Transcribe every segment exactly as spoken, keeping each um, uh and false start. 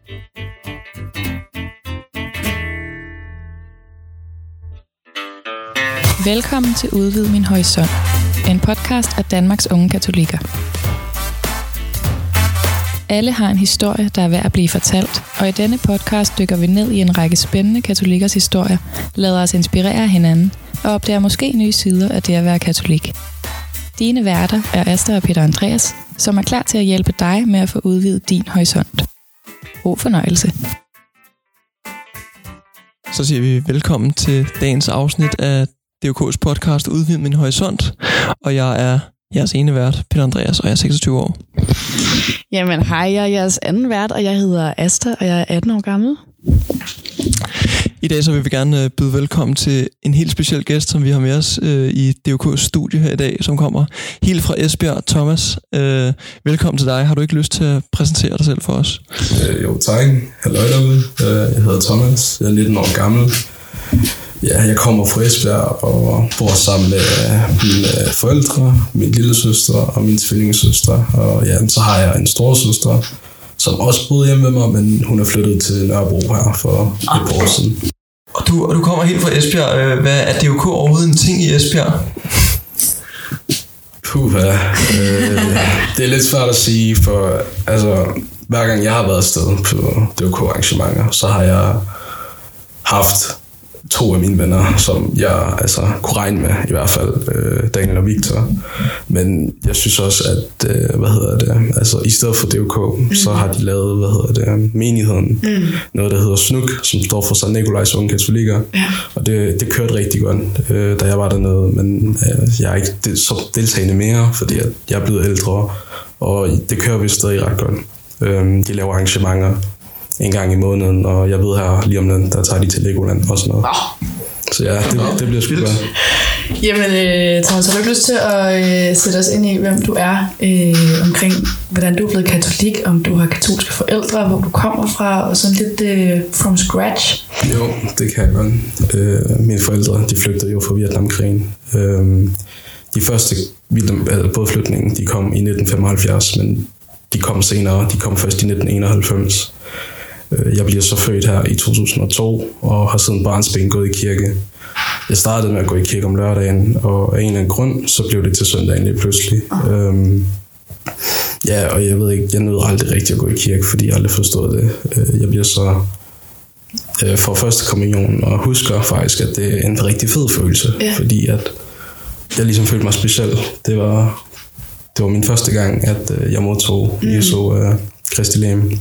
Velkommen til Udvid min horisont, en podcast af Danmarks unge katolikker. Alle har en historie, der er værd at blive fortalt, og i denne podcast dykker vi ned i en række spændende katolikkers historier, lader os inspirere hinanden og opdager måske nye sider af det at være katolik. Dine værter er Asta og Peter Andreas, som er klar til at hjælpe dig med at få udvidet din horisont. God fornøjelse. Så siger vi velkommen til dagens afsnit af D O K's podcast Udvid min horisont, og jeg er jeres ene vært, Peter Andreas, og jeg er seksogtyve år. Jamen hej, jeg er jeres anden vært, og jeg hedder Asta, og jeg er atten år gammel. I dag så vil vi gerne byde velkommen til en helt speciel gæst, som vi har med os øh, i D O K's studie her i dag, som kommer helt fra Esbjerg. Thomas, øh, velkommen til dig. Har du ikke lyst til at præsentere dig selv for os? Øh, jo, tak. Halløj derude. Jeg hedder Thomas. Jeg er nitten år gammel. Ja, jeg kommer fra Esbjerg og bor sammen med mine forældre, min lille søster og min tvillingssøster. Og ja, så har jeg en storesøster, som også boede hjemme med mig, men hun er flyttet til Nørrebro her for et par år siden. Og du, og du kommer helt fra Esbjerg. Hvad er D O K overhovedet en ting i Esbjerg? Puh, ja. øh, det er lidt svært at sige, for altså, hver gang jeg har været afsted på D O K-arrangementer, så har jeg haft to af mine venner, som jeg altså kunne regne med, i hvert fald øh, Daniel og Victor. Men jeg synes også, at øh, hvad hedder det, altså i stedet for D O K, mm. så har de lavet, hvad hedder det, menigheden, mm. noget der hedder S N U K, som står for Sankt Nikolajs Unge Katolikker. Ja. Og det, det kørte rigtig godt, øh, da jeg var dernede, men øh, jeg er ikke del, så deltagende mere, fordi at jeg er blevet ældre, og det kører vi stadig ret godt. Øh, de laver arrangementer en gang i måneden, og jeg ved her lige om lidt, der tager de til Legoland og sådan noget. Wow. Så ja, det, det bliver sgu godt. Jamen, øh, Thomas, har du ikke lyst til at øh, sætte os ind i, hvem du er, øh, omkring hvordan du er blevet katolik, om du har katolske forældre, hvor du kommer fra, og sådan lidt øh, from scratch? Jo, det kan jeg godt. Øh, mine forældre, de flygtede jo fra Vietnamkrigen. Øh, de første bådflytninger, de kom i nitten femoghalvfjerds, men de kom senere, de kom først i nitten enoghalvfems. Jeg bliver så født her i to tusind og to, og har siden barnsben gået i kirke. Jeg startede med at gå i kirke om lørdagen, og af en eller anden grund, så blev det til søndagen lige pludselig. Uh. Øhm, ja, og jeg ved ikke, jeg nåede aldrig rigtig at gå i kirke, fordi jeg aldrig forstod det. Jeg bliver så øh, for første kommunion, og husker faktisk, at det er en rigtig fed følelse, yeah. fordi at jeg ligesom følte mig speciel. Det var, det var min første gang, at øh, jeg modtog mm. Jesu øh, Kristi legeme.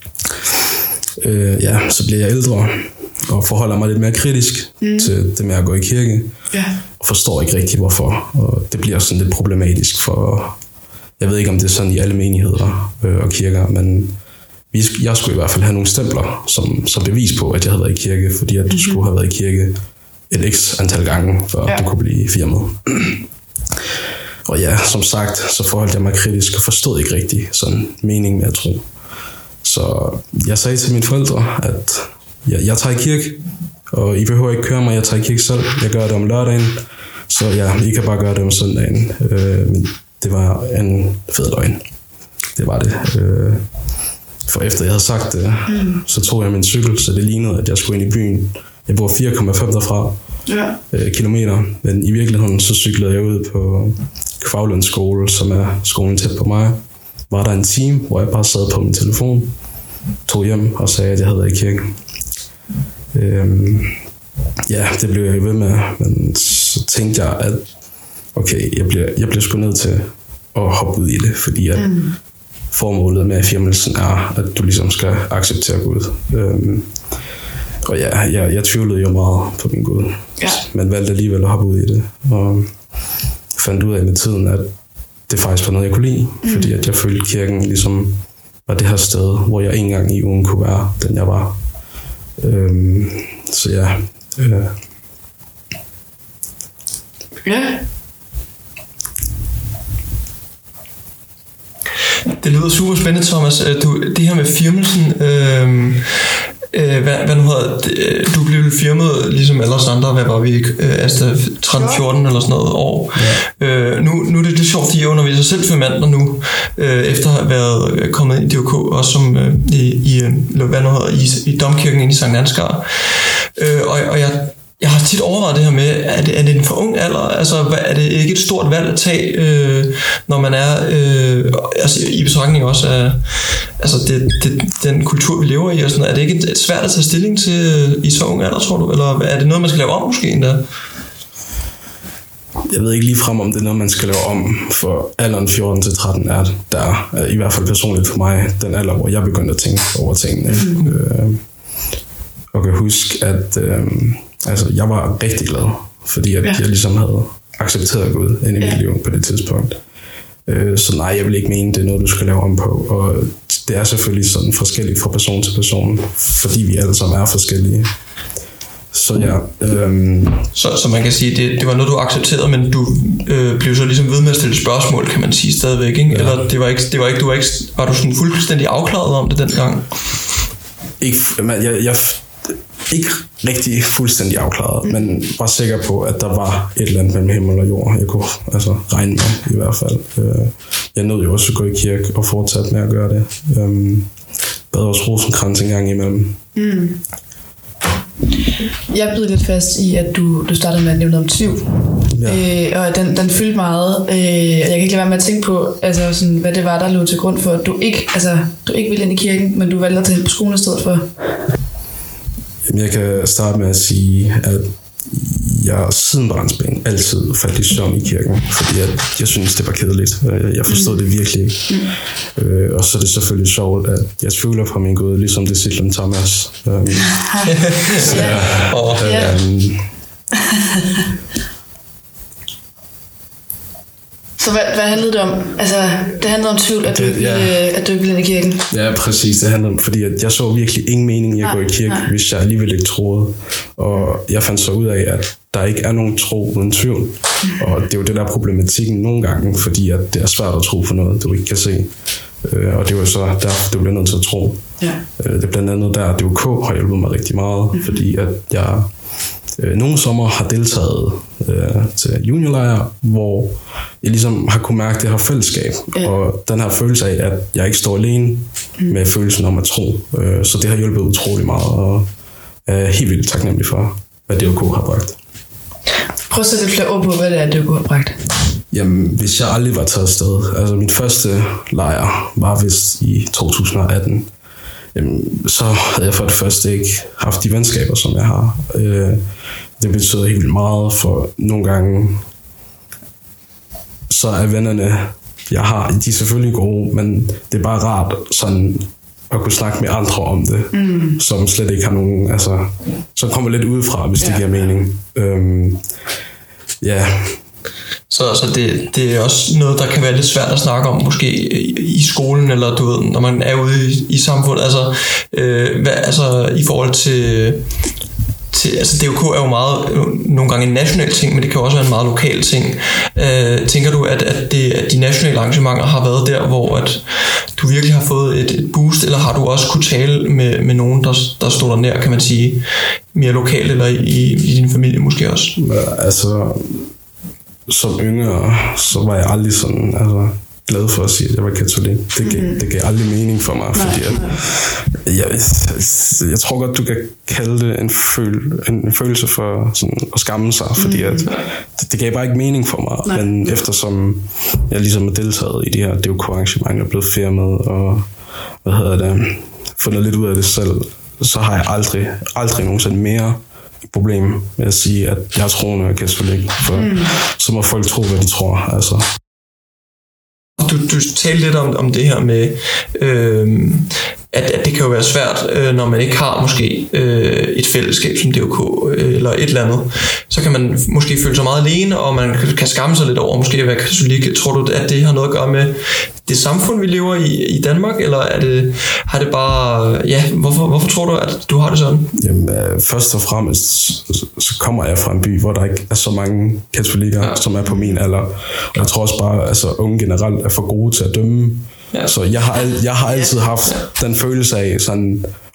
Øh, ja, så bliver jeg ældre og forholder mig lidt mere kritisk mm. til det med at gå i kirke. Yeah. Og forstår ikke rigtig hvorfor. Og det bliver sådan lidt problematisk for, jeg ved ikke om det er sådan i alle menigheder øh, og kirker, men jeg skulle i hvert fald have nogle stempler som, som bevis på, at jeg havde været i kirke, fordi at du mm-hmm. skulle have været i kirke et x antal gange, før yeah. du kunne blive firmet. Og ja, som sagt, så forholdt jeg mig kritisk og forstod ikke rigtig sådan mening med at tro. Så jeg sagde til mine forældre, at jeg, jeg tager i kirke, og I behøver ikke køre mig, jeg tager i kirke selv. Jeg gør det om lørdagen, så ja, I kan bare gøre det om søndagen. Øh, men det var en fed løgn. Det var det. Øh, for efter jeg havde sagt det, mm. så tog jeg min cykel, så det lignede, at jeg skulle ind i byen. Jeg bor fire komma fem derfra ja. øh, kilometer, men i virkeligheden så cyklede jeg ud på Kvavlens skole, som er skolen tæt på mig. Var der en time, hvor jeg bare sad på min telefon, tog hjem og sagde, at jeg havde været i kirken. Øhm, ja, det blev jeg ved med, men så tænkte jeg, at okay, jeg bliver, jeg bliver sgu nødt til at hoppe ud i det, fordi at mm. formålet med firmelsen er, at du ligesom skal acceptere Gud. Øhm, og ja, jeg, jeg tvivlede jo meget på min Gud, ja. men valgte alligevel at hoppe ud i det, og fandt ud af med tiden, at det faktisk var noget, jeg kunne lide, mm. fordi at jeg følte, kirken ligesom var det her sted, hvor jeg en gang i ugen kunne være den, jeg var. Øhm, så ja. Øh. Ja. Det lyder super spændende, Thomas. Du, det her med firmelsen, øh, Øh, hvad, hvad nu hedder det? Du blev firmet ligesom alle os andre, hvad var vi, øh, altså tretten fjorten eller sådan noget år. Ja. Øh, nu, nu er det lidt sjovt, fordi jeg underviser selv firmanter nu, øh, efter at have været kommet ind i D K, også som øh, i, i, hvad nu hedder, i, i Domkirken inde i Sankt Ansgar. Øh, og, og jeg Jeg har tit overvejet det her med, er det, er det en for ung alder? Altså, er det ikke et stort valg at tage, øh, når man er, øh, altså i betragtning også af altså det, det, den kultur, vi lever i og sådan noget. Er det ikke svært at tage stilling til i så ung alder, tror du? Eller er det noget, man skal lave om måske endda? Jeg ved ikke lige frem, om det er noget, man skal lave om, for alderen fjorten til tretten er der, i hvert fald personligt for mig, den alder, hvor jeg begyndte at tænke over tingene. Mm. Øh, og kan huske, at øh, altså, jeg var rigtig glad, fordi at ja. jeg ligesom havde accepteret Gud ind i ja. mit liv på det tidspunkt. Øh, så nej, jeg vil ikke mene, det er noget, du skal lave om på. Og det er selvfølgelig sådan forskelligt fra person til person, fordi vi alle sammen er forskellige. Så ja. Øhm, så, så man kan sige, det, det var noget, du accepterede, men du øh, blev så ligesom ved med at stille spørgsmål, kan man sige stadigvæk, ikke? Ja. Eller det var ikke, det var ikke, du var ikke, var du sådan fuldstændig afklaret om det dengang? Ikke, jeg, jeg ikke rigtig fuldstændig afklaret, men var sikker på, at der var et eller andet mellem himmel og jord, jeg kunne altså regne med i hvert fald. Jeg nåede jo også at gå i kirke og fortsætte med at gøre det. Bad også rosenkrans en gang imellem. Mm. Jeg blev lidt fast i, at du, du startede med at nævne om tvivl. Ja. Øh, og den, den fyldte meget. Øh, jeg kan ikke lade være med at tænke på, altså, sådan, hvad det var, der lå til grund for, at du ikke, altså, du ikke ville ind i kirken, men du valgte at tage på skolen i stedet for. Jamen, jeg kan starte med at sige, at jeg siden barnsben altid faldt i søvn i kirken, fordi jeg, jeg synes, det var kedeligt. Jeg forstod mm. det virkelig ikke. Mm. Øh, og så er det selvfølgelig sjovt, at jeg tvivler på min Gud, ligesom disciplen Thomas. Um, så, ja. um, Så hvad, hvad handlede det om? Altså, det handlede om tvivl, at du ikke ja. ville, at du ikke ville ind i kirken? Ja, præcis. Det handlede om, fordi at jeg så virkelig ingen mening i at nej, gå i kirke, nej. hvis jeg alligevel ikke troede. Og jeg fandt så ud af, at der ikke er nogen tro uden tvivl. Mm. Og det er jo det, der er problematikken nogle gange, fordi at det er svært at tro på noget, du ikke kan se. Og det var så derfor, du bliver nødt til at tro. Ja. Det er blandt andet der, at D K har hjulpet mig rigtig meget, mm. fordi at jeg nogle sommer har deltaget øh, til juniorlejre, hvor jeg ligesom har kunne mærke det her fællesskab, ja. og den her følelse af, at jeg ikke står alene mm. med følelsen om at tro. Øh, så det har hjulpet utrolig meget, og er helt vildt taknemmelig for, hvad D K har bragt. Prøv at sætte lidt flere ord på, hvad det er, D K har bragt. Jamen, hvis jeg aldrig var taget afsted, altså min første lejr var vist i to tusind og atten, jamen, så havde jeg for det første ikke haft de venskaber, som jeg har. Øh, det betyder helt vildt meget, for nogle gange, så er vennerne, jeg har, de er selvfølgelig gode, men det er bare rart sådan at kunne snakke med andre om det, mm. som slet ikke har nogen, altså, som kommer lidt udefra, hvis ja. det giver mening. Øhm, ja. Så, så det, det er også noget, der kan være lidt svært at snakke om, måske i, i skolen, eller du ved, når man er ude i, i samfundet. Altså, øh, hvad, altså i forhold til, til altså D K er jo meget, nogle gange en national ting, men det kan også være en meget lokal ting. Øh, tænker du, at, at, det, at de nationale arrangementer har været der, hvor at du virkelig har fået et, et boost, eller har du også kunne tale med, med nogen, der, der stod der nær, kan man sige, mere lokalt, eller i, i din familie måske også? Ja, altså... Som yngre, så var jeg aldrig sådan, altså, glad for at sige, at jeg var katolik. Det gav, mm. det gav aldrig mening for mig, nej, fordi at, jeg, jeg tror godt, du kan kalde det en, føl, en følelse for sådan, at skamme sig, fordi at, det, det gav bare ikke mening for mig. Nej. Men eftersom jeg ligesom har deltaget i de her D K-arrangementer, og blevet firmet og hvad hedder det, fundet lidt ud af det selv, så har jeg aldrig, aldrig nogensinde mere problem med at sige, at jeg er troende og katolik, for mm. så må folk tro, hvad de tror. Altså. Du, du talte lidt om, om det her med, øh, at, at det kan jo være svært, øh, når man ikke har måske øh, et fællesskab som D K øh, eller et eller andet. Så kan man måske føle sig meget alene, og man kan skamme sig lidt over måske at være katolik. Tror du, at det har noget at gøre med det samfund, vi lever i i Danmark, eller er det, har det bare... Ja, hvorfor, hvorfor tror du, at du har det sådan? Jamen, øh, først og fremmest, så kommer jeg fra en by, hvor der ikke er så mange katolikker, ja. som er på min alder. Og jeg tror også bare, altså unge generelt er for gode til at dømme. Ja. Så jeg har, jeg har altid haft ja. den følelse af sådan,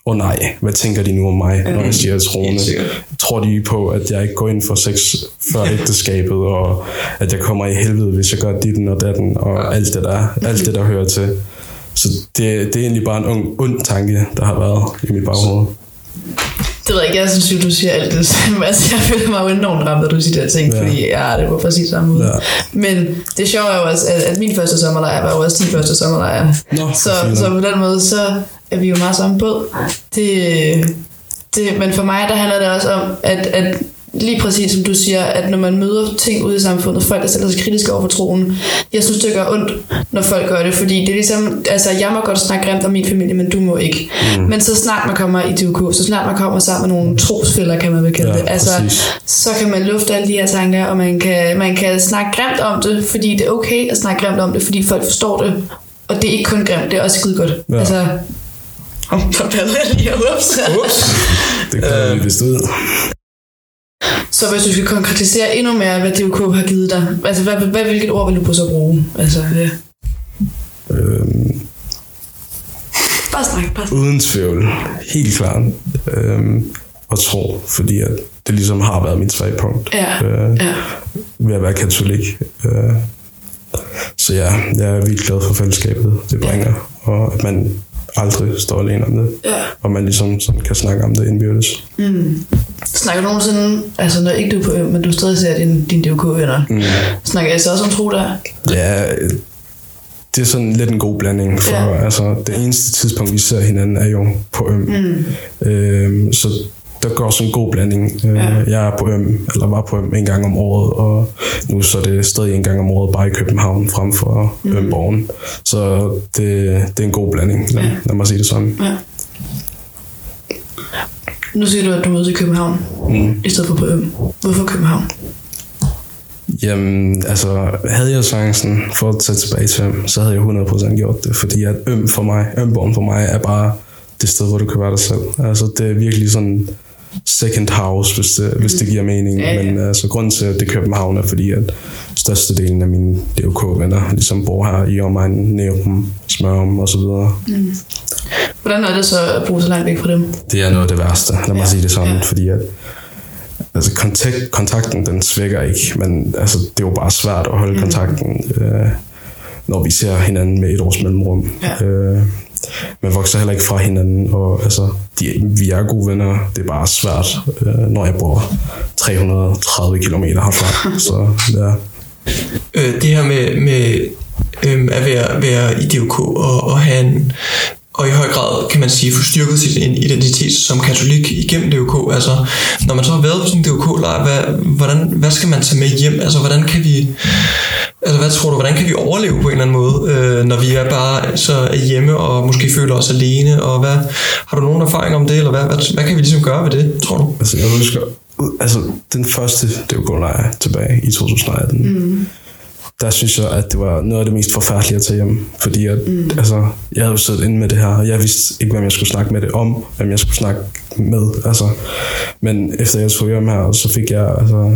åh oh, nej, hvad tænker de nu om mig, når jeg siger troende? Tror de på, at jeg ikke går ind for sex før ægteskabet, og at jeg kommer i helvede, hvis jeg gør ditten og datten, og alt det der, alt det der hører til. Så det, det er egentlig bare en ung, ond tanke, der har været i mit baghoved. Det ved jeg ikke, jeg synes jo, du siger alt det. Altså, jeg føler mig jo enormt ramt, at du siger de her ting, ja. Fordi ja, det var præcis samme måde. Ja. Men det sjove er jo også, at, at min første sommerlejr var jo også din første sommerlejr. Nå, så, så på den måde, så er vi jo meget samme båd. Det, det, men for mig, der handler det også om, at, at lige præcis som du siger, at når man møder ting ude i samfundet, folk der stiller sig kritisk over for troen, jeg synes det gør ondt, når folk gør det, fordi det er ligesom, altså jeg må godt snakke grimt om min familie, men du må ikke. Mm. Men så snart man kommer i D U K, så snart man kommer sammen med nogle trosfælder, kan man vel kalde ja, det, altså så kan man lufte alle de her tanker, og man kan, man kan snakke grimt om det, fordi det er okay at snakke grimt om det, fordi folk forstår det, og det er ikke kun grimt, det er også skide godt. Ja. Altså, oh, så padder jeg lige, ups. Ups. Det kan vi vist ud. Så hvis du skal konkretisere endnu mere, hvad D U K har givet dig, altså hvad, hvad, hvilket ord vil du på så bruge? Altså, ja. øhm, bare snak, bare snak. Uden tvivl, helt klart. Øhm, og tro, fordi at det ligesom har været mit svagpunkt. Ja, øh, ja. Ved at være katolik. Øh, så ja, jeg er virkelig glad for fællesskabet, det bringer. Ja. Og at man aldrig står alene om det. Ja. Og man ligesom sådan kan snakke om det indbyrdes. Mm. Snakker du nogensinde, altså når ikke du er på øm, men du stadig ser din, din D U K-venner, mm. snakker jeg så også om tro der? Ja, det er sådan lidt en god blanding, for ja. Altså det eneste tidspunkt, vi ser hinanden, er jo på øm. Mm. Øhm, så der går sådan en god blanding. Ja. Jeg er på øm, eller var på øm en gang om året, og nu så er det stadig en gang om året bare i København frem for mm. Ømborgen. Så det, det er en god blanding, lad, ja. lad mig sige det sådan. Ja. Nu siger du, at du mødes i København, mm. i stedet for på øm. Hvorfor København? Jamen, altså, havde jeg chancen for at tage tilbage til øm, så havde jeg hundrede procent gjort det, fordi at øm for mig, Ømborgen for mig, er bare det sted, hvor du kan være dig selv. Altså, det er virkelig sådan second house, hvis det, mm. hvis det giver mening. Ja, ja. Men altså, grunden til, at det er København, er fordi, at størstedelen af mine D U K-venner ligesom bor her i omegnen, Nærum, Smørum og så videre. Mm. Hvordan er det så at bo så langt væk fra dem? Det er noget af det værste, lad mig ja. sige det sådan, ja. fordi at altså, kontakt, kontakten, den svækker ikke, men altså, det er jo bare svært at holde mm. kontakten, øh, når vi ser hinanden med et års mellemrum. Ja. Øh, man vokser heller ikke fra hinanden, og altså, de, vi er gode venner, det er bare svært, øh, når jeg bor tre hundrede og tredive kilometer herfra. Så ja. Øh, det her med, med øh, at være, være i D U K og, og have en, og i høj grad, kan man sige, få styrket sin identitet som katolik igennem D U K. Altså, når man så har været på sådan en D U K-lejr, hvad, hvordan, hvad skal man tage med hjem? Altså, hvordan kan vi, altså, hvad tror du, hvordan kan vi overleve på en eller anden måde, øh, når vi er bare så er hjemme og måske føler os alene? Og hvad, har du nogen erfaring om det, eller hvad, hvad, hvad kan vi ligesom gøre ved det, tror du? Altså, jeg husker, altså, den første D U K-lejr tilbage i to tusind og atten, mm. der synes jeg, at det var noget af det mest forfærdelige at tage hjem. Fordi at, mm. altså, jeg havde jo siddet inde med det her, og jeg vidste ikke, hvem jeg skulle snakke med det om, hvem jeg skulle snakke med. Altså. Men efter jeg tog hjem her, så fik jeg altså,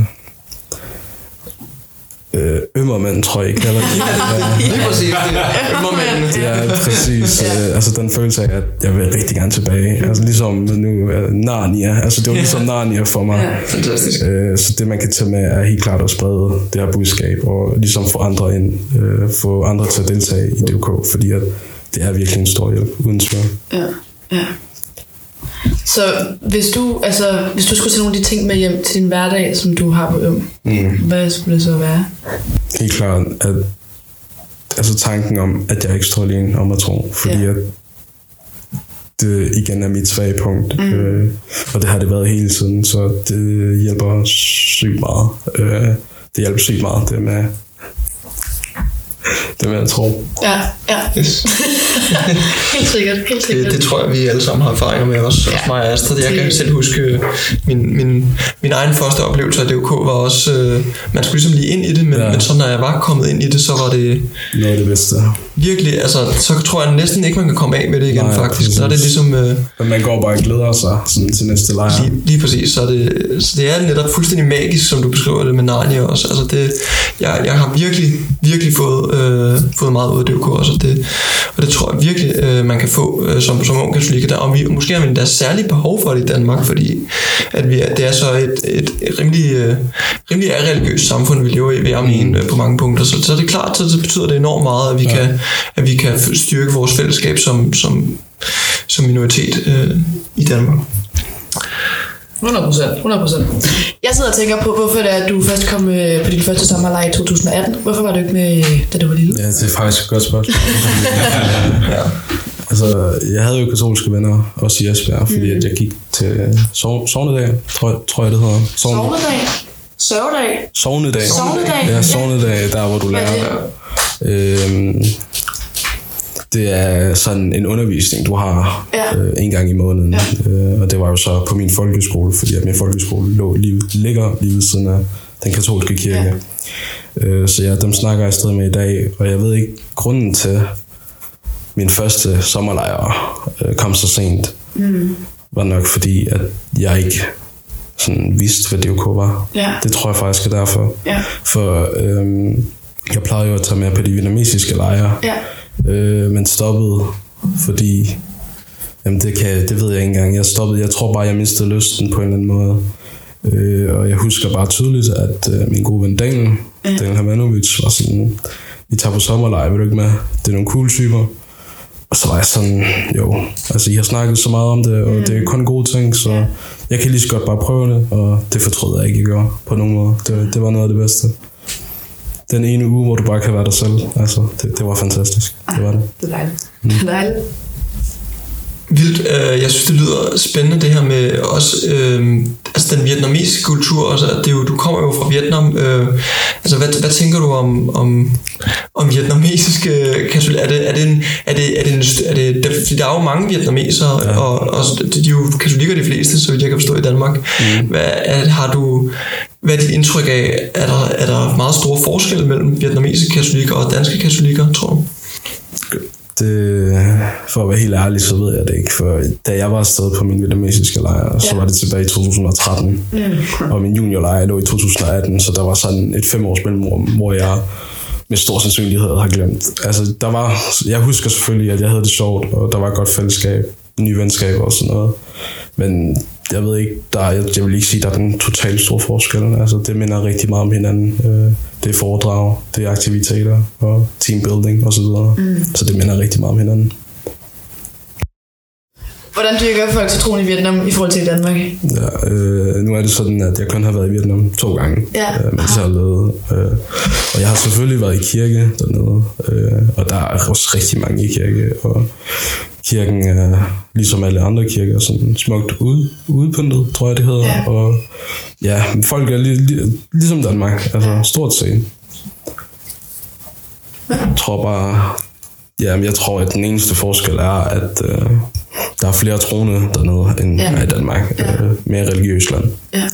øh, ømmermænd, tror jeg ikke. Eller, det er præcis det. Ømmermænd. Ja, præcis. Ja. Øh, altså den følelse af, at jeg vil rigtig gerne tilbage. Altså ligesom nu uh, Narnia. Altså det var ligesom Narnia for mig. Ja, fantastisk. Øh, så det man kan tage med er helt klart at sprede det her budskab, og ligesom få andre ind, øh, få andre til at deltage i D U K, fordi at det er virkelig en stor hjælp, uden tvivl. Ja, ja. Så hvis du, altså, hvis du skulle tage nogle af de ting med hjem til din hverdag, som du har på øm, mm. hvad skulle det så være? Helt klart, at altså tanken om, at jeg ikke står alene om at tro, fordi ja. at det igen er mit svage punkt, mm. øh, og det har det været hele tiden, så det hjælper sygt meget. Øh, det hjælper sygt meget, det med det med at tro. Ja, ja. Yes. helt sikkert, helt sikkert. Det, det tror jeg, vi alle sammen har erfaringer med også. Ja. Mig og Astrid. Jeg kan selv huske, min, min, min egen første oplevelse af D U K var også, øh, man skulle ligesom lige ind i det, men, ja. men så når jeg var kommet ind i det, så var det noget af det bedste. virkelig, altså, så tror jeg næsten ikke, man kan komme af med det igen. Nej, faktisk. Præcis. Så er det ligesom... Øh, Men man går bare og glæder sig sådan, til næste lejr. Lige, lige præcis. Så, det, så det er netop fuldstændig magisk, som du beskriver det med Narnia også. Altså det, jeg, jeg har virkelig, virkelig fået, øh, fået meget ud af D K også. Og det, og det tror jeg virkelig, øh, man kan få øh, som, som ung katoliker der. Og vi, måske har vi endda særligt behov for det i Danmark, fordi at vi, det er så et, et, et rimelig, øh, rimelig religiøst samfund, vi lever i, ved at mene øh, på mange punkter. Så, så det er klart, så det betyder det enormt meget, at vi, ja. kan, at vi kan styrke vores fællesskab som, som, som minoritet øh, i Danmark. hundrede procent, hundrede procent. Jeg sidder og tænker på, hvorfor det er, at du først kom øh, på din første sommerlejr i to tusind atten. Hvorfor var du ikke med, da du var lille? Ja, det er faktisk et godt spørgsmål. ja. Altså, jeg havde jo katolske venner, også i Esbjerg, fordi mm. at jeg gik til sovnedag, tror, tror jeg det hedder. Sovnedag? Sørgedag? Sovnedag. Sovnedag? Ja, sovnedag, der hvor du lærer. Øhm, det er sådan en undervisning, du har ja. øh, en gang i måneden. Ja. Øh, og det var jo så på min folkeskole, fordi at min folkeskole lå lige, ligger lige ved siden af den katolske kirke. Ja. Øh, så ja, dem snakker jeg stadig med i dag. Og jeg ved ikke, grunden til min første sommerlejr øh, kom så sent, mm. var nok fordi, at jeg ikke sådan vidste, hvad D K var. Ja. Det tror jeg faktisk er derfor. Ja. For øh, jeg plejede jo at tage med på de vietnamesiske lejre. Ja. Øh, men stoppede, fordi jamen det, kan, det ved jeg ikke engang. Jeg stoppede, jeg tror bare, jeg mistede lysten på en eller anden måde. Øh, og jeg husker bare tydeligt, at øh, min gode ven Daniel, ja. Daniel Hamanovic, var sådan, vi tager på sommerlejr, vil du ikke med? Det er nogle cool typer. Og så var jeg sådan, jo, altså I har snakket så meget om det, og mm. det er kun gode ting, så jeg kan lige så godt bare prøve det, og det fortryder jeg ikke, jeg gør på nogen måde. Det, det var noget af det bedste. Den ene uge, hvor du bare kan være dig selv, altså, det, det var fantastisk. Ah, det var det. Det er dejligt. Mm. Det er dejligt. Vildt. Øh, jeg synes, det lyder spændende, det her med også øh, altså den vietnamesiske kultur. Altså, det er jo, du kommer jo fra Vietnam. Øh, altså, hvad, hvad tænker du om, om, om vietnamesiske katolikker? Er det, er det en, er det, er det, en, er det, der, der er jo mange vietnamesere, ja. og, og de er jo katolikker de fleste, så vidt jeg kan forstå i Danmark. Mm. Hvad, er, har du, hvad er dit indtryk af? Er der, er der meget store forskelle mellem vietnamesiske katolikker og danske katolikker, tror du? Det, for at være helt ærlig, så ved jeg det ikke. For da jeg var afsted på min vietnamesiske lejr, ja. så var det tilbage i to tusind og tretten. Mm. Og min juniorlejr lå i to tusind og atten, så der var sådan et fem års mellemrum, hvor jeg med stor sandsynlighed har glemt. Altså, der var, jeg husker selvfølgelig, at jeg havde det sjovt, og der var et godt fællesskab, nye venskaber og sådan noget. Men jeg ved ikke, der er, jeg, jeg vil ikke sige, at der er den totalt store forskel. Altså, det minder rigtig meget om hinanden. Det er foredrag, det er aktiviteter og teambuilding osv. Så, mm. så det minder rigtig meget om hinanden. Hvordan dyrker folk til troen i Vietnam i forhold til Danmark? Ja, øh, nu er det sådan, at jeg kun har været i Vietnam to gange, ja. øh, mens jeg har levet. Øh, og jeg har selvfølgelig været i kirke dernede, øh, og der er også rigtig mange i kirke. Og kirken er ligesom alle andre kirker sådan smukt ud, udpyntet, tror jeg det hedder. Ja. Og ja, folk er li, li, ligesom Danmark, altså stort set. Jeg tror bare, ja, jeg tror, at den eneste forskel er, at øh, der er flere troende dernede end ja. i Danmark. Ja. Øh, mere religiøst land. Ja.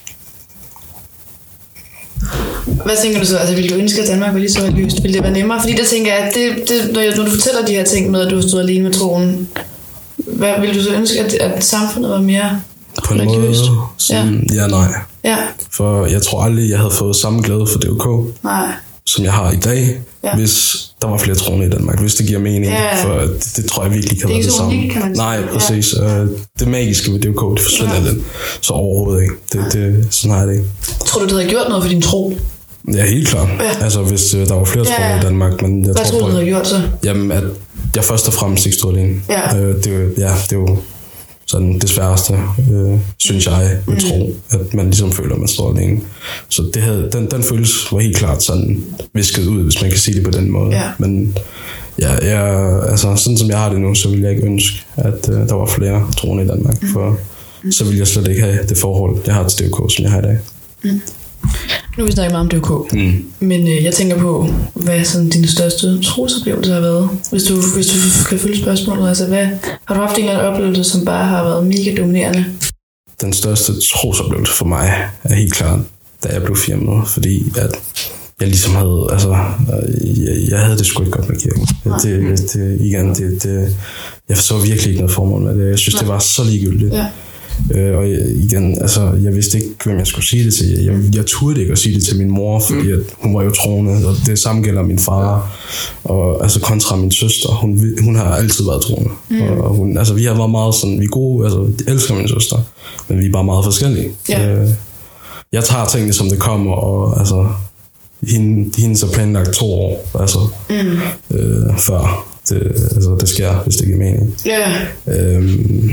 Hvad tænker du så? Altså, ville du ønske, at Danmark var lige så religiøst? Ville det være nemmere? Fordi der tænker jeg, at det, det, når, jeg, når du fortæller de her ting med, at du har stået alene med troen, hvad, ville du så ønske, at, at samfundet var mere på en religiøst? Måde, sådan, ja. ja, nej. Ja. For jeg tror aldrig, jeg havde fået samme glæde for D K, nej. som jeg har i dag, ja. hvis der var flere troende i Danmark, hvis det giver mening, ja. for det, det tror jeg virkelig kan det være det samme. Unikt, kan man sige. Nej, præcis. Ja. Det magiske ved D K, det forsvinder ja. lidt, så overhovedet ikke. Det, det, sådan har jeg det ikke. Tror du, det havde gjort noget for din tro? Ja, helt klart. Ja. Altså, hvis uh, der var flere troende ja. i Danmark. Men jeg Hvad tror du, du havde gjort så? Jamen, at jeg først og fremmest ikke stod alene. Ja. Uh, det, ja, det er jo sådan det sværeste, øh, synes jeg, med mm. tro, at man ligesom føler, at man står alene. Så det havde, den, den følelse var helt klart sådan visket ud, hvis man kan sige det på den måde. Ja. Men ja, jeg, altså, sådan som jeg har det nu, så vil jeg ikke ønske, at øh, der var flere troende i Danmark, mm. for mm. så vil jeg slet ikke have det forhold, jeg har til D K, som jeg har i dag. Mm. Nu har vi snakket meget om D K, mm. men øh, jeg tænker på, hvad sådan dine største trosoplevelser har været. Hvis du, hvis du kan følge spørgsmålet, altså hvad, har du haft en eller anden oplevelse, som bare har været mega dominerende? Den største trosoplevelse for mig er helt klart, da jeg blev firmet, fordi at jeg ligesom havde, altså, jeg, jeg havde det sgu ikke godt med kirken. Det, det, igen, det, det, jeg så virkelig ikke noget formål med det. Jeg synes, det var så ligegyldigt. Ja. Øh, og igen, altså, jeg vidste ikke, hvem jeg skulle sige det til. Jeg, jeg turde ikke at sige det til min mor, fordi at hun var jo troende, og det samme gælder min far. Og altså kontra min søster, hun, hun har altid været troende. Mm. Og hun, altså, vi har været meget sådan, vi er gode, altså, jeg elsker min søster, men vi er bare meget forskellige. Ja. Øh, jeg tager tingene, som det kommer, og altså, hende, hende så planlagt to år, altså, mm. øh, før det, altså, det sker, hvis det giver mening. Yeah. Øhm,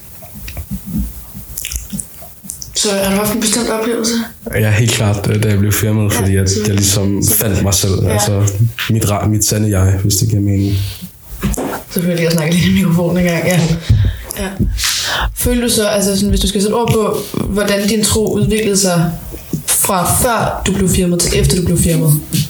Så har du haft en bestemt oplevelse? Ja, helt klart, da jeg blev firmet, fordi ja, jeg, jeg ligesom fandt mig selv. Ja. Altså, mit, mit sande jeg, hvis det giver mening. Selvfølgelig, jeg snakker lidt i mikrofonen en gang, ja. ja. Føler du så, altså sådan, hvis du skal sætte ord på, hvordan din tro udviklede sig fra før du blev firmet til efter du blev firmet?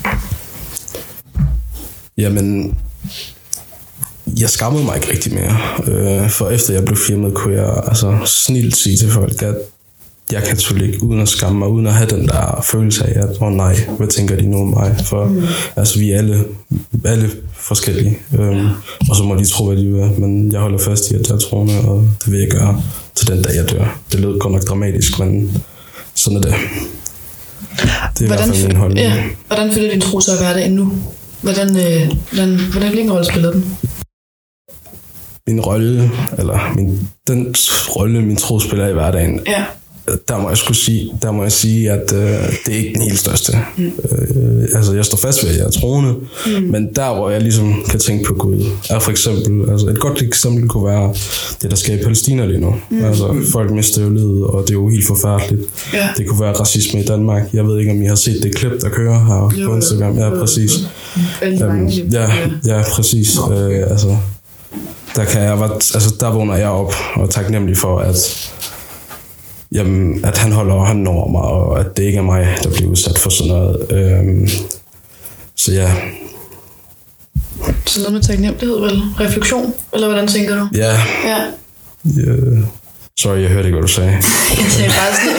Jamen, jeg skammede mig ikke rigtig mere. For efter jeg blev firmet, kunne jeg altså snilt sige til folk, at jeg er katolik, uden at skamme mig, uden at have den der følelse af, at åh oh, nej, hvad tænker de nu om mig? For mm. altså, vi er alle, alle forskellige, øhm, og så må de tro, hvad de vil. Men jeg holder fast i, at jeg er troende, og det vil jeg gøre til den dag, jeg dør. Det lød godt nok dramatisk, men sådan er det. Det er hvordan, i hvert fald min holdning. Ja, hvordan føler din tro så at være det endnu? Hvordan, øh, hvordan, hvordan hvilken rolle spiller den? Min rolle, eller min, den rolle, min tro spiller i hverdagen, ja. Der må jeg skulle sige, der må jeg sige, at øh, det er ikke den helt største. Mm. Øh, altså, jeg står fast ved, at jeg er troende, mm. men der, hvor jeg ligesom kan tænke på Gud, er for eksempel, altså et godt eksempel kunne være det, der sker i Palæstina lige nu. Mm. Altså, folk mister jo livet, og det er jo helt forfærdeligt. Yeah. Det kunne være racisme i Danmark. Jeg ved ikke, om I har set det klip, der kører her jo, på Instagram. Ja, præcis. Um, ja, ja, præcis. Okay. Øh, altså, der kan jeg, altså, der vågner jeg op og er taknemmelig for, at Jamen, at han holder hånden over mig, og at det ikke er mig, der bliver udsat for sådan noget. Øhm, så ja. Så noget med taknemmelighed, vel? Refleksion? Eller hvordan tænker du? Ja. Ja. Yeah. Sorry, jeg hørte ikke, hvad du sagde. Jeg sagde bare sådan.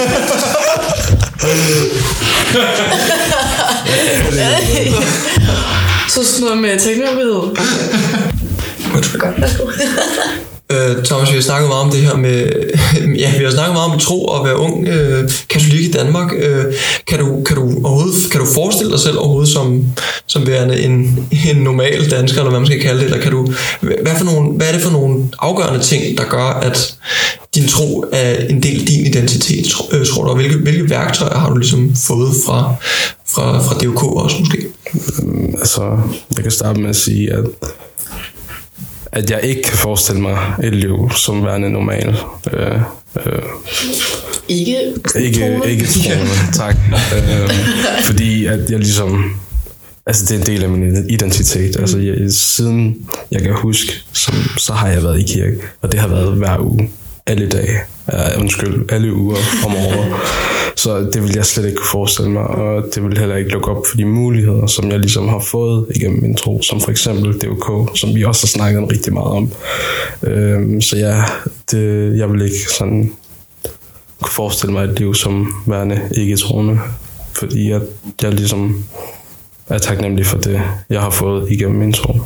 Så sådan noget med taknemmelighed. Godt, værsgo. Uh, Thomas, vi har snakket meget om det her med, ja, vi har snakket meget om tro og være ung uh, katolik i Danmark. Uh, kan du, kan du overhovedet, kan du forestille dig selv overhovedet som, som værende en, en normal dansker, eller hvad man skal kalde det, eller kan du, hvad, for nogle, hvad er det for nogle afgørende ting, der gør, at din tro er en del af din identitet, tror, tror du, og hvilke, hvilke værktøjer har du ligesom fået fra, fra, fra D O K også måske? Um, altså, jeg kan starte med at sige, at at jeg ikke kan forestille mig et liv som værende normal. Øh, øh, ikke ikke ikke troende, tak. Øh, fordi at jeg ligesom, altså det er en del af min identitet. Altså jeg, siden jeg kan huske, så, så har jeg været i kirke, og det har været hver uge, alle dage, uh, undskyld, alle uger om året. Så det vil jeg slet ikke kunne forestille mig, og det vil heller ikke lukke op for de muligheder, som jeg ligesom har fået igennem min tro, som for eksempel D O K, som vi også har snakket rigtig meget om. Øhm, så ja, det, jeg vil ikke sådan kunne forestille mig et liv som værende ikke troende, fordi jeg, jeg ligesom er taknemmelig for det, jeg har fået igennem min tro.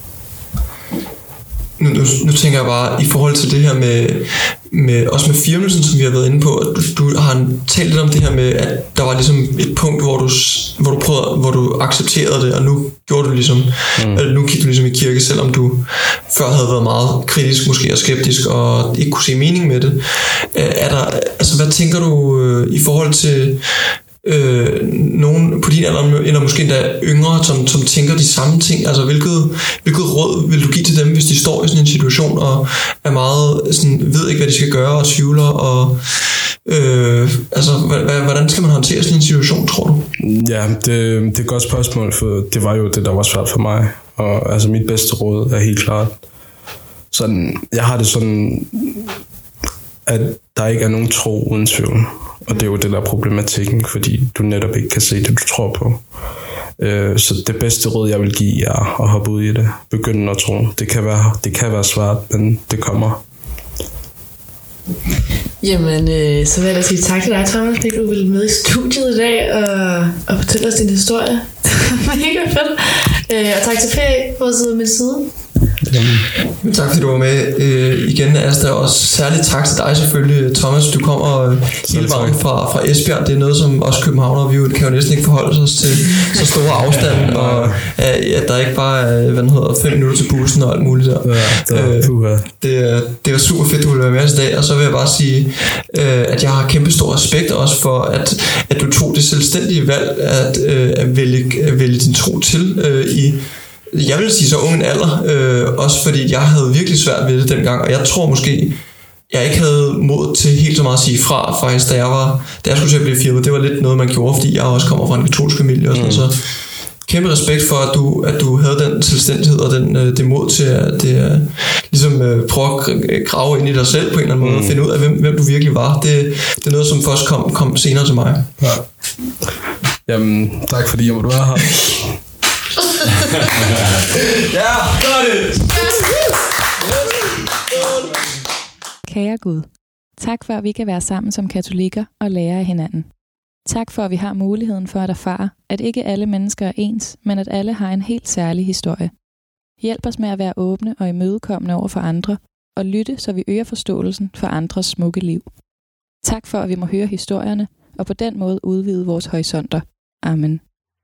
Nu, nu, nu tænker jeg bare, i forhold til det her med, med også med firmelsen, som vi har været inde på, du, du har talt lidt om det her med, at der var ligesom et punkt, hvor du, hvor du, prøvede, hvor du accepterede det, og nu gjorde du ligesom, mm. eller nu gik du ligesom i kirke, selvom du før havde været meget kritisk måske og skeptisk, og ikke kunne se mening med det. Er der, altså hvad tænker du øh, i forhold til Øh, nogen på din alder, eller måske endda yngre, som, som tænker de samme ting? Altså hvilket, hvilket råd vil du give til dem, hvis de står i sådan en situation og er meget sådan, ved ikke hvad de skal gøre og tvivler, og øh, altså hvordan skal man håndtere sådan en situation, tror du? Ja, det, det er et godt spørgsmål, for det var jo det, der var svært for mig, og altså mit bedste råd er helt klart sådan, jeg har det sådan, at der ikke er nogen tro uden tvivl. Og det er jo det der problematikken, fordi du netop ikke kan se det, du tror på. Så det bedste råd, jeg vil give, er at hoppe ud i det. Begynde at tro. Det kan være, det kan være svært, men det kommer. Jamen, øh, så vil jeg da sige tak til dig, Thomas, fordi du ville med i studiet i dag og, og fortælle os din historie. Det var mega fedt. Øh, og tak til P A for at sidde ved min side. Jamen, tak fordi du var med øh, igen, Asta. Og også særligt tak til dig selvfølgelig, Thomas. Du kommer øh, hele vejen fra, fra Esbjerg. Det er noget, som også københavner, vi jo, kan jo næsten ikke forholde os til så store afstande. Og øh, at der ikke bare er hvad hedder, fem minutter til bussen og alt muligt der. Ja, det, er, øh, det, det var super fedt, du ville være med os i dag. Og så vil jeg bare sige, øh, at jeg har kæmpe stor respekt også for, at, at du tog det selvstændige valg at, øh, at, vælge, at vælge din tro til øh, i jeg vil sige så ung en alder, øh, også fordi jeg havde virkelig svært ved det dengang, og jeg tror måske, jeg ikke havde mod til helt så meget at sige fra, faktisk da jeg var, da jeg skulle til at blive firmet, det var lidt noget man gjorde, fordi jeg også kommer fra en katolsk familie og sådan, mm. så kæmpe respekt for, at du, at du havde den selvstændighed og den, øh, det mod til at det, ligesom øh, prøve at grave ind i dig selv på en eller anden måde, mm. og finde ud af, hvem, hvem du virkelig var. Det, det er noget, som først kom, kom senere til mig. Ja. Jamen, tak fordi jeg måtte være her. Ja, gør det! Kære Gud, tak for, at vi kan være sammen som katolikker og lære af hinanden. Tak for, at vi har muligheden for at erfare, at ikke alle mennesker er ens, men at alle har en helt særlig historie. Hjælp os med at være åbne og imødekommende over for andre, og lytte, så vi øger forståelsen for andres smukke liv. Tak for, at vi må høre historierne, og på den måde udvide vores horisonter. Amen.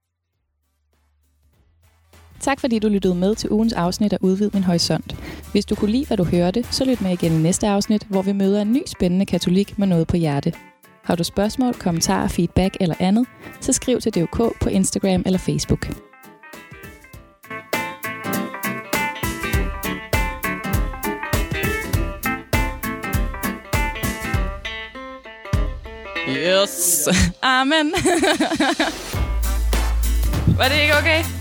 Tak fordi du lyttede med til ugens afsnit af Udvid min horisont. Hvis du kunne lide, hvad du hørte, så lyt med igen i næste afsnit, hvor vi møder en ny spændende katolik med noget på hjerte. Har du spørgsmål, kommentarer, feedback eller andet, så skriv til D O K på Instagram eller Facebook. Yes. Amen. Var det ikke okay?